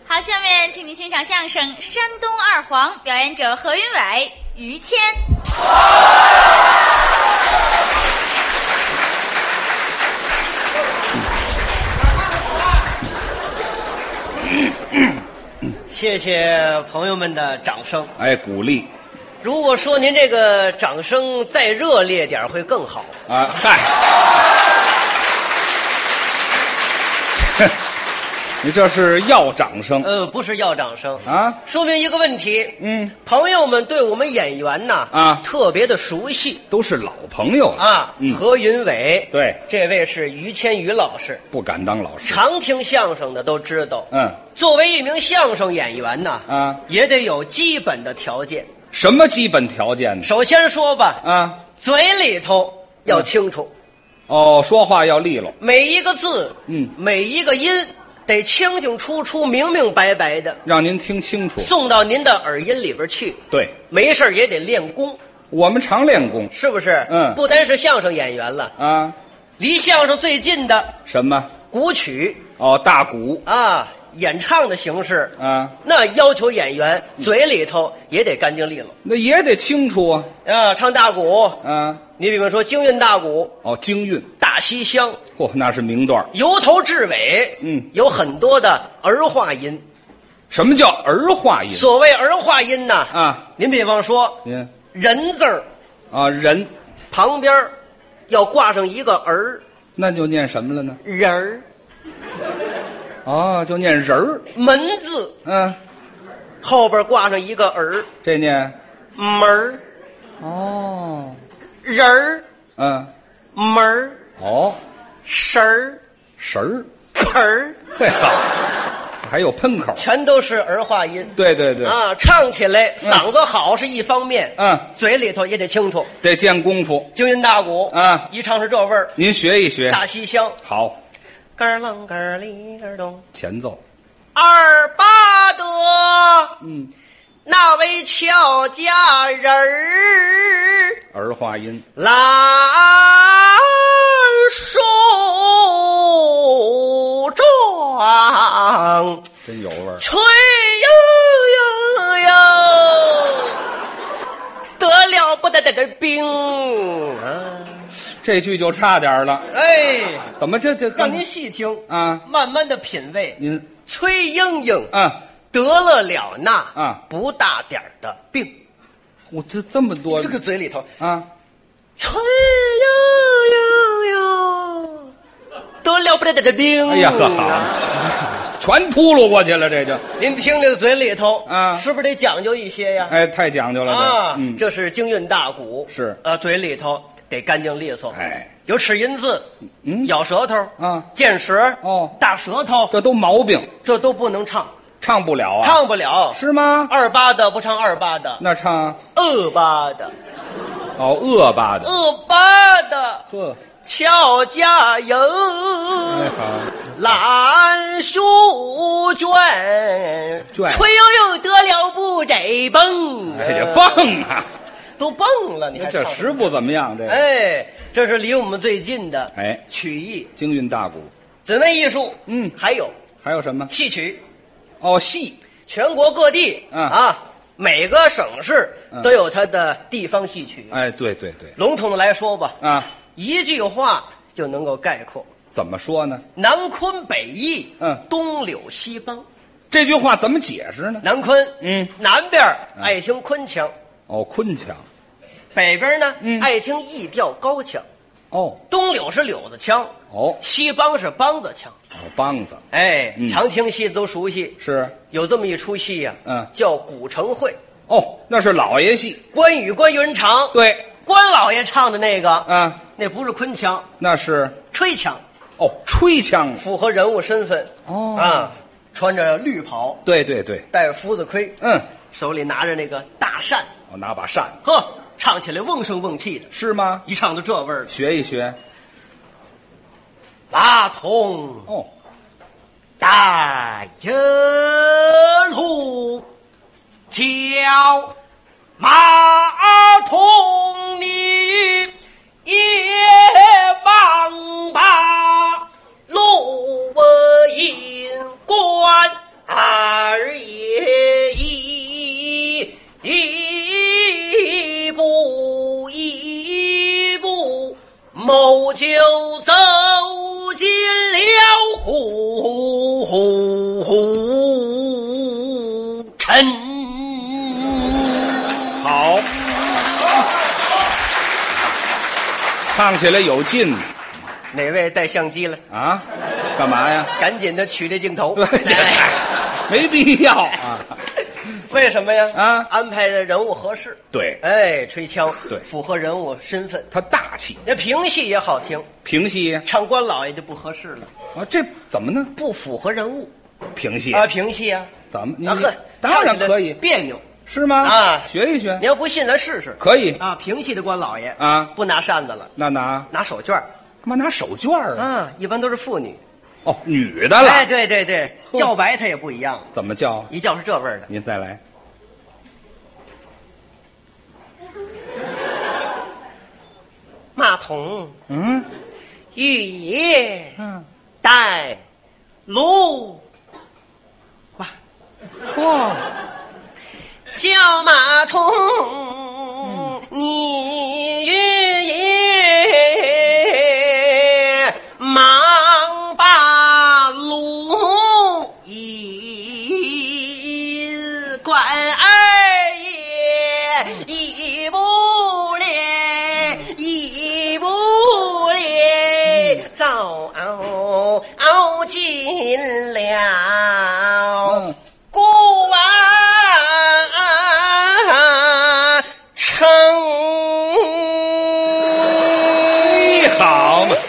好，下面请您欣赏相声《山东二黄》，表演者何云伟、于谦。 谢谢朋友们的掌声。 哎，鼓励如果说您这个掌声再热烈点会更好啊！嗨，你这是要掌声？ 不是要掌声啊， 说明一个问题。朋友们对我们演员呐特别的熟悉， 都是老朋友啊。何云伟， 对， 这位是于谦于老师， 不敢当老师， 常听相声的都知道。作为一名相声演员呐，也得有基本的条件。 什么基本条件呢？ 首先说吧，嘴里头要清楚。 说话要利落， 每一个字，每一个音得清清楚楚、明明白白的， 让您听清楚， 送到您的耳音里边去。 对， 没事也得练功。 我们常练功， 是不是？不单是相声演员了啊， 离相声最近的什么古曲大鼓啊，演唱的形式啊， 那要求演员嘴里头也得干净利落， 那也得清楚啊。唱大鼓啊， 你比方说京韵大鼓京韵大西厢， 那是名段， 由头至尾有很多的儿化音。 什么叫儿化音？ 所谓儿化音呐您比方说人字儿人旁边要挂上一个儿， 那就念什么了呢？ 人儿。 就念人儿。 门字后边挂上一个儿，这念门儿。人儿门儿神儿神儿盆儿， 嘿好，还有喷口， 全都是儿化音。 对对对唱起来嗓子好是一方面，嘴里头也得清楚， 得见功夫。 京韵大鼓一唱是这味儿， 您学一学。 大西厢好， 咯儿啷咯儿哩咯儿咚， 前奏二八德那位俏佳人儿化音， 兰树桩真有味儿， 吹呦呦呦，得了不得的病这句就差点了。怎么这让您细听慢慢的品味。 您崔莺莺得了那不大点儿的病。 我这么多这个嘴里头崔莺莺得了不得的病。 哎呀呵好，全秃噜过去了，这就您听这个嘴里头是不是得讲究一些呀？ 太讲究了这是京韵大鼓， 是嘴里头得干净利索，有齿音字，咬舌头见舌大舌头， 这都毛病， 这都不能唱， 唱不了唱不了是吗？ 二八的不唱二八的， 那唱恶八的， 恶八的， 恶八的，俏佳人兰树卷，吹呦呦得了不得蹦， 蹦啊， 都蹦了，你还这实不怎么样。 这是离我们最近的曲艺， 京韵大鼓， 姊妹艺术。还有什么戏曲？ 戏， 全国各地每个省市都有它的地方戏曲。 对对对， 笼统的来说吧一句话就能够概括。 怎么说呢？ 南昆北弋，东柳西梆。 这句话怎么解释呢？ 南昆，南边爱听昆腔， 昆腔； 北边呢，爱听弋调高腔。东柳是柳子腔，西梆是梆子腔。 梆子， 常听戏都熟悉。 是有这么一出戏呀，叫《古城会》。 那是老爷戏， 关羽人唱。对，关老爷唱的那个，那不是昆腔， 那是吹腔。 吹腔， 符合人物身份。穿着绿袍， 对对对， 戴夫子盔，手里拿着那个大扇， 拿把扇， 唱起来瓮声瓮气的， 是吗？ 一唱到这味儿， 学一学。 拉通大野路，叫马通你也忘把路引关就走进了胡尘。 好，唱起来有劲。 哪位带相机了啊？干嘛呀？ 赶紧的取这镜头。 没必要啊。 为什么呀？ 啊， 安排的人物合适。 对， 哎，吹腔， 对， 符合人物身份。 他大气。 那评戏也好听， 评戏唱官老爷就不合适了啊。这怎么呢？ 不符合人物。 评戏啊，评戏啊。 怎么？ 啊呵， 当然可以。 别扭是吗？ 啊， 学一学。 你要不信，咱试试。 可以啊，评戏的官老爷啊， 不拿扇子了， 那拿手绢。 干嘛拿手绢啊？ 啊，一般都是妇女。 哦，女的了。 哎，对对对，叫白它也不一样。 怎么叫？ 一叫是这味儿的。 您再来。 马桶，玉叶，带路，哇，叫马桶，你玉叶，忙把路一关二爷一不早熬进了古往城。 好嘛！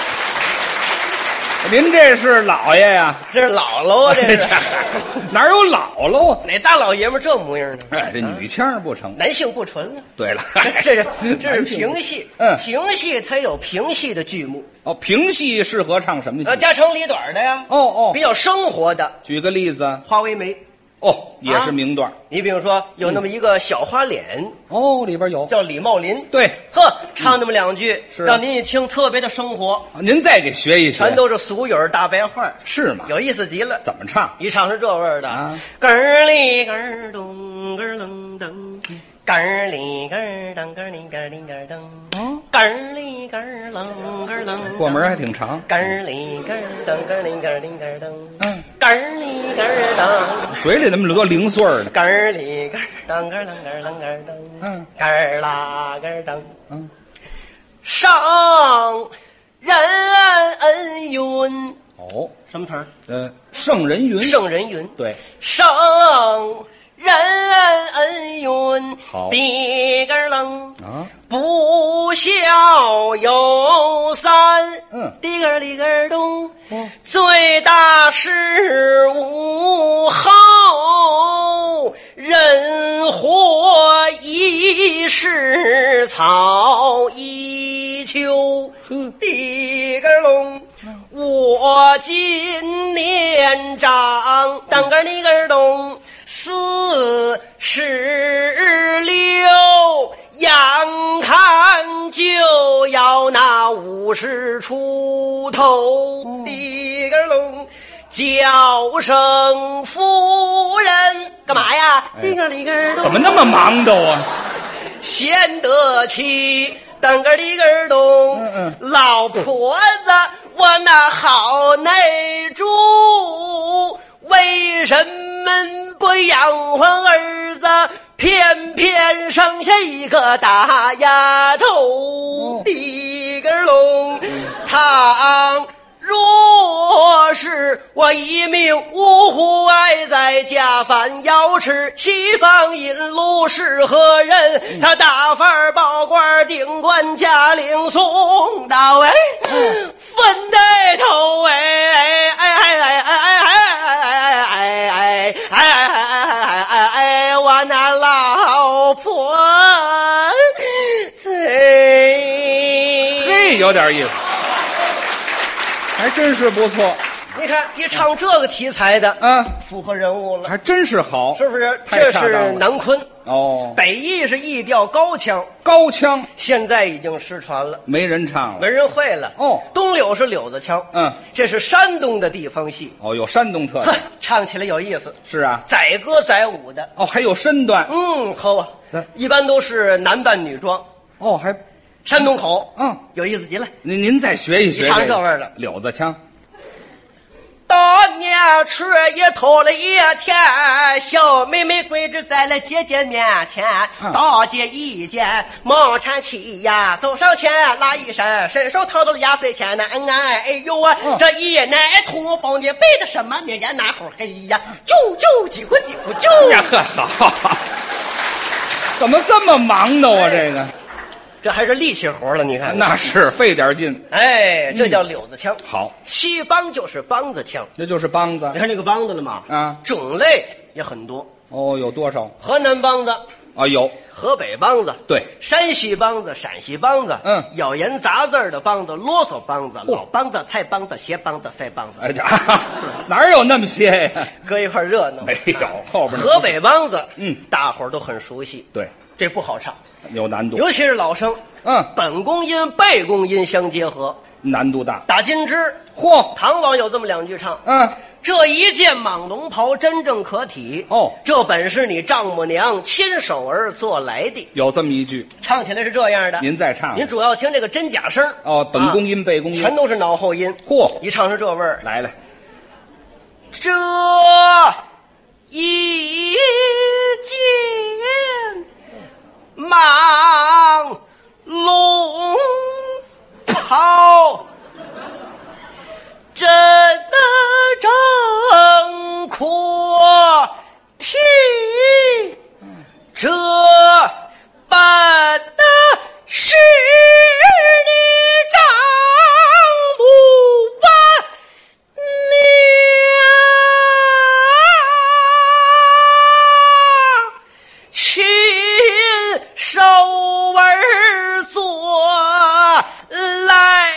您这是老爷呀？ 这是姥姥啊，这是哪有姥姥啊？ 哪大老爷们这模样呢？ 哎，这女腔不成， 男性不纯了。 对了， 这是评戏，评戏它有评戏的剧目。 哦，评戏适合唱什么戏？ 家长里短的呀。 哦， 比较生活的。 举个例子， 花为媒。 哦，也是名段。 你比如说有那么一个小花脸， 哦，里边有叫李茂林。 对， 呵，唱那么两句，让您一听特别的生活。 您再给学一学， 全都是俗语大白话， 是吗？ 有意思极了。 怎么唱？ 一唱是这味儿的啊， 咯儿里咯儿咚，咯儿楞噔，咯儿里咯儿噔，咯儿里咯儿里咯儿噔，咯儿里咯儿楞，咯儿楞。 过门还挺长。 咯儿里咯儿噔，咯儿里咯儿里咯儿噔，咯儿里咯儿噔。 嘴里那么多零碎儿呢。 咯儿里咯儿噔，咯儿楞，咯儿楞，咯儿噔，咯儿啦咯儿噔。上人恩云。 哦， 什么词儿？ 圣人云。 圣人云。 对。 圣人恩云。 好。 地个楞啊，不孝有三。地个里个东。最大是无后，人活一世草一秋。地个龙。我今年长，当个你个东46，眼看就要那50出头。地个龙叫声夫人，干嘛呀？地个里个东， 怎么那么忙都啊？ 显得起。当个里个东，老婆子。我那好内助，为什么不养活儿子，偏偏生下一个大丫头？地个龙，倘若是我一命呜呼爱在家饭要吃，西方引路是何人？他大范报官顶官加令送到分带头我那老婆嘿，有点意思，还真是不错。 你看一唱这个题材的，符合人物了， 还真是好， 是不是？这是南昆哦， 北艺是艺调高腔，现在已经失传了， 没人唱了， 没人会了。 哦， 东柳是柳子腔，这是山东的地方戏， 哦，有山东特色， 唱起来有意思。 是啊， 载歌载舞的， 哦，还有身段， 好啊，一般都是男扮女装， 哦，还山东口， 嗯， 有意思极了。 您再学一学你唱这味儿的柳子腔。 当年春也头了一天，小妹妹跪着在了姐姐面前，大姐一见忙搀起呀，走上前拉一声，伸手掏到了压岁钱呢，哎呦啊，这一奶同胞你背的什么呢呀？那会儿嘿呀，啾几乎啾呀呵，好，怎么这么忙呢？我这个， 这还是力气活了，你看， 那是费点劲。 哎，这叫柳子腔。 好， 西梆就是梆子腔， 这就是梆子你看这个梆子了吗？ 啊， 种类也很多， 哦，有多少？ 河南梆子啊，有河北梆子， 对， 山西梆子、陕西梆子，咬言杂字的梆子、啰嗦梆子、老梆子、菜梆子、鞋梆子、腮梆子， 哎呀，哪有那么些呀？ 搁一块热闹。 没有，后边河北梆子，大伙儿都很熟悉， 对， 这不好唱， 有难度， 尤其是老生，本宫音、背宫音相结合， 难度大。 打金枝， 嚯， 唐王有这么两句唱，这一件蟒龙袍真正可体哦， 这本是你丈母娘亲手而做来的。 有这么一句， 唱起来是这样的。 您再唱， 您主要听这个真假声哦，本宫音、背宫音全都是脑后音。 嚯， 一唱是这味儿。 来， 这一件蟒龙袍真的正阔体，这般的是你丈母娘亲手儿做来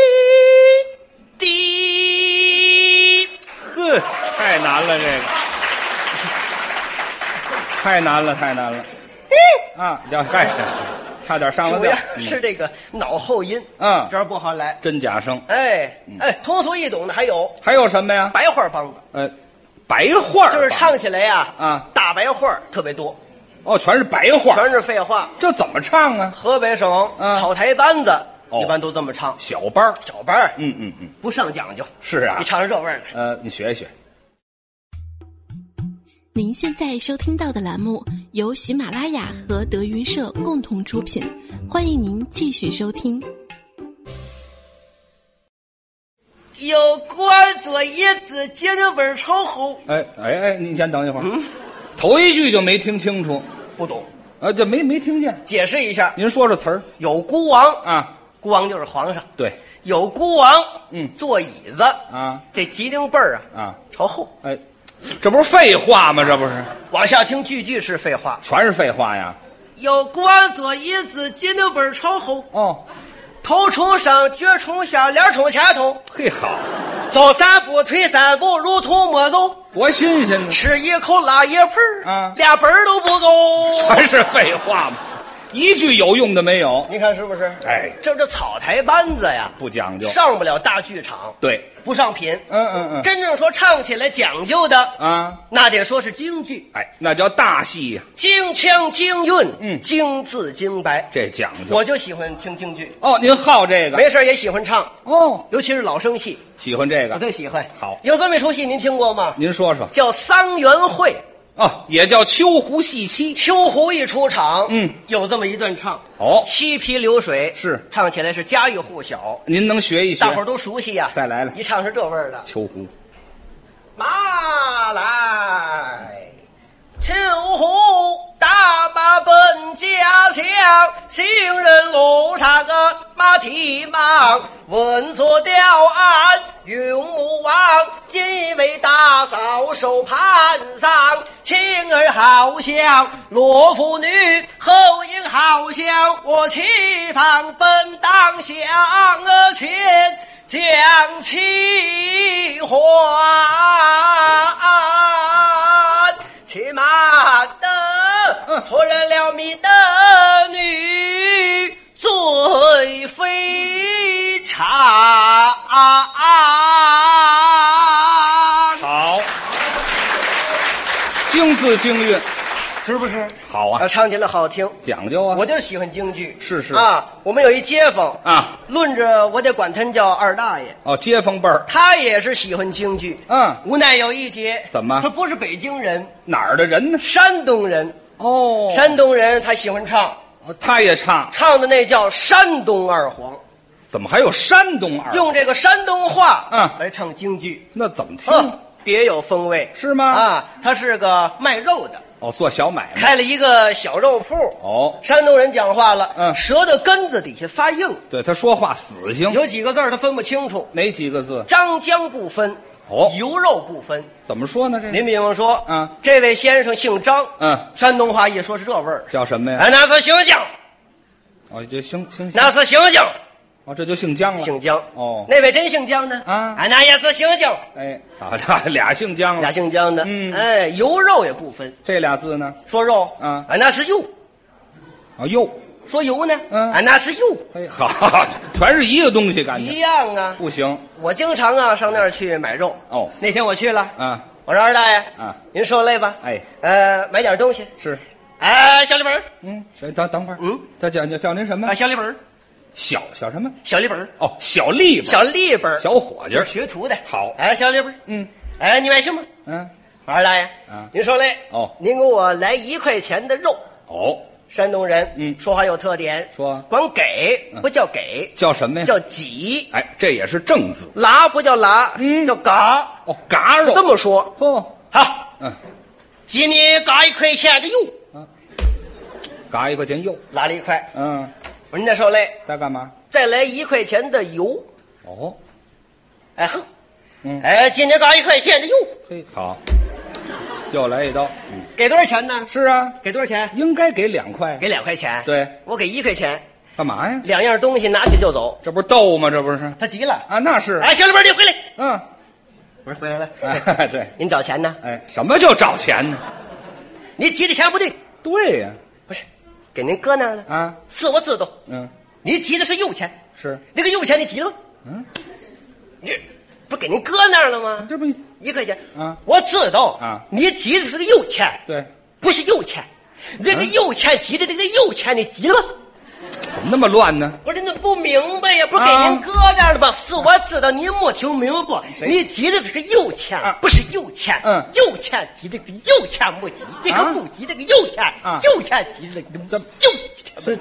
的。 呵，太难了，这个太难了。啊，叫干什么？差点上了调。 主要是这个脑后音，这儿不好来。 真假声， 通俗易懂的还有什么呀？ 白话梆子， 白话就是唱起来呀，大白话特别多。 哦，全是白话， 全是废话。 这怎么唱啊？ 河北省草台班子一般都这么唱， 小班， 不上讲究。 是啊， 你唱成这味儿的。你学一学。 您现在收听到的栏目由喜马拉雅和德云社共同出品，欢迎您继续收听。 有官做一字接着本朝后。 你先等一会儿。头一句就没听清楚， 不懂。 这没听见。 解释一下， 您说说词儿。 有孤王啊， 孤王就是皇上。 对， 有孤王，坐椅子啊， 这脊梁背儿朝后。 这不是废话吗？这不是。 往下听，句是废话， 全是废话呀。 有官坐椅子脊梁背儿朝后。 哦， 头冲上，脚冲下，脸冲前头。 嘿，好， 走三步，退三步，如同没走。 多新鲜呢！ 吃一口辣叶盆儿，俩本儿都不够。 全是废话嘛，一句有用的没有。 你看是不是？这草台班子呀， 不讲究， 上不了大剧场。 对， 不上品。真正说唱起来讲究的那得说是京剧。 那叫大戏呀， 京腔京韵，京字京白， 这讲究。 我就喜欢听京剧。 您好这个？ 没事也喜欢唱。尤其是老生戏， 喜欢这个， 我最喜欢。 好， 有这么一出戏，您听过吗？ 您说说。 叫桑园会。 也叫秋胡戏妻。 秋胡一出场，有这么一段唱。西皮流水是唱起来是家喻户晓。 您能学一学？ 大伙儿都熟悉呀。 再来了， 一唱是这味儿的。 秋胡， 马来，秋胡大马奔家乡，行人路上个马蹄忙，稳坐吊鞍云木望，几位大嫂手盘桑，前儿好像罗妇女，后影好像我妻房，本当向前将其还，且慢的错认了你的女最非常。 好，京字京韵， 是不是？ 好啊， 唱起来好听， 讲究啊。 我就是喜欢京剧。 是啊，我们有一街坊啊， 论着我得管他叫二大爷。 哦，街坊辈儿， 他也是喜欢京剧。 嗯， 无奈有一节， 怎么？ 他不是北京人， 哪儿的人呢？ 山东人。 哦， 山东人他喜欢唱， 他也唱的那叫山东二黄。 怎么还有山东二？ 用这个山东话来唱京剧， 那怎么听？ 别有风味， 是吗？ 啊，他是个卖肉的。 哦，做小买卖， 开了一个小肉铺。 哦， 山东人讲话了，舌头根子底下发硬， 对他说话死性， 有几个字他分不清楚。 哪几个字？ 张姜不分，油肉不分。 怎么说呢？这您比方说，这位先生姓张，山东话一说是这味儿， 叫什么呀？ 那是姓姜。 哦，就姓， 那是姓姜。 哦，这就姓姜了。 姓姜。 哦， 那位真姓姜呢？那也是姓姜。 哎，俩姓姜了， 俩姓姜的。哎，油肉也不分。 这俩字呢？ 说肉那是油。 油。 说油呢？那是油。 哎，好，全是一个东西，感觉一样啊。 不行， 我经常上那儿去买肉。 哦， 那天我去了。我说二大爷，您受累吧？ 哎， 买点东西。 是。 小李本。 等会儿。叫您什么？ 小李本。 小什么？ 小李本。 哦，小李本。 小李本。 小伙计， 学徒的。 好。 小李本。你买什么？二大爷，您受累。 哦， 您给我来1块钱的肉。 哦， 山东人，说话有特点， 说光给不叫给， 叫什么呀？ 叫挤。 哎，这也是正字。 拉不叫拉，叫嘎。 哦，嘎肉。 这么说。好。挤你嘎1块钱的油。 嘎1块钱油， 拉了1块。我说您再受累， 再干嘛？ 再来1块钱的油。 哦， 哎好，今天嘎1块钱的油。 嘿，好，又来一刀。 给多少钱呢？ 是啊， 给多少钱？ 应该给2块。 给2块钱。 对， 我给1块钱。 干嘛呀 ？2样东西拿去就走， 这不是逗吗？这不是？ 他急了啊，那是。 小李本，你回来。我说回来了。 对， 您找钱呢？ 什么叫找钱呢？ 你挤的钱不对。 对呀， 不是，给您搁那儿了。是我知道。你挤的是油钱。 是。 那个油钱你挤了吗？你不给您搁那儿了吗？ 这不 1块钱。我知道。你挤的是个油钱。 对， 不是油钱。那个油钱挤的那个油钱你挤了吗？ 怎么那么乱呢？ 我真的不明白呀！不是给您搁这儿了吧？是我知道，您没听明白。你挤的是个油钱，不是油钱。油钱挤的个油钱没挤，你可不挤这个油钱。油钱挤的个油钱。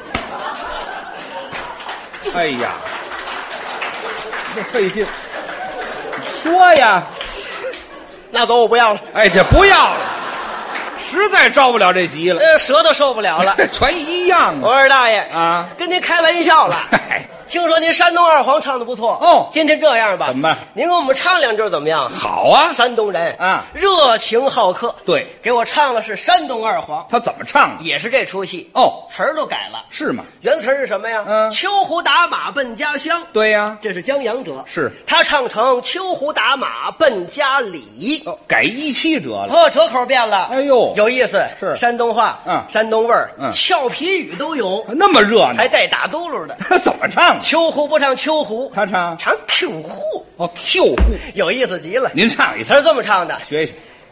哎呀，这费劲。说呀， 那走我不要了。 哎，这不要了。实在招不了这急了， 舌头受不了了， 全一样啊！ 我二大爷跟您开玩笑了。听说您山东二黄唱的不错哦， 今天这样吧， 怎么办？ 您给我们唱2句怎么样？ 好啊， 山东人热情好客。 对， 给我唱的是山东二黄。 他怎么唱？ 也是这出戏哦， 词儿都改了。 是吗？ 原词是什么呀？秋胡打马奔家乡。 对呀， 这是江洋者。 是他唱成秋胡打马奔家里。 改17折了。 折口变了。 哎呦， 有意思。 是山东话，山东味儿，俏皮语都有。 那么热闹， 还带打嘟噜的。 他怎么唱？ 秋胡不唱秋胡， 他唱 Q 胡。 哦 ，Q 胡有意思极了。 您唱一唱。 他是这么唱的， 学一学。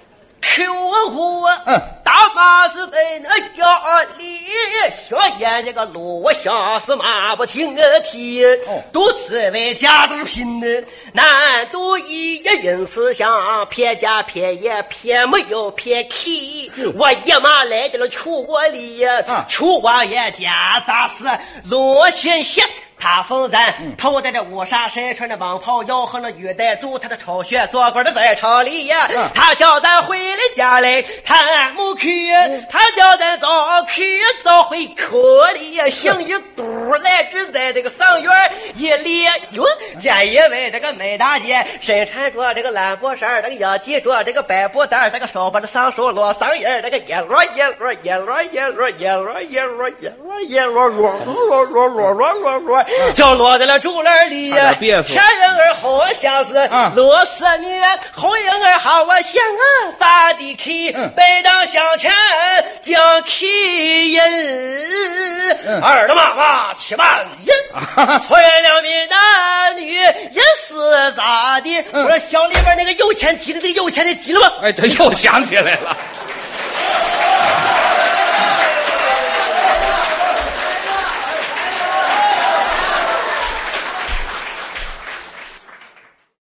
Q 胡打马是在那家里，小眼这个路下是马不停蹄，都此为家都拼的，难独一人思想，撇家撇业撇没有撇气。我爷妈来到了楚国里，楚国也家咋是罗先贤。他封咱头戴着乌纱身，穿着蟒袍，吆喝了玉带，祝他的巢穴做官的在朝里呀。他叫咱回了家来探母去，他叫咱早去早回可里呀。行一肚来只在这个上院一里哟，见一位这个美大姐，身缠着这个蓝布衫，这个腰系着这个白布带，这个手把这上手落上眼，这个一摞一摞一摞一摞一摞一摞一摞一摞摞就落在了竹篮里呀。前人儿后相思，落色女，后人儿好我想咋地去？北当向前将其人，儿的妈妈七万人，错原两民男女也是咋的？我说小里边那个有钱挤的，那个有钱的挤了吗？ 哎，这又想起来了。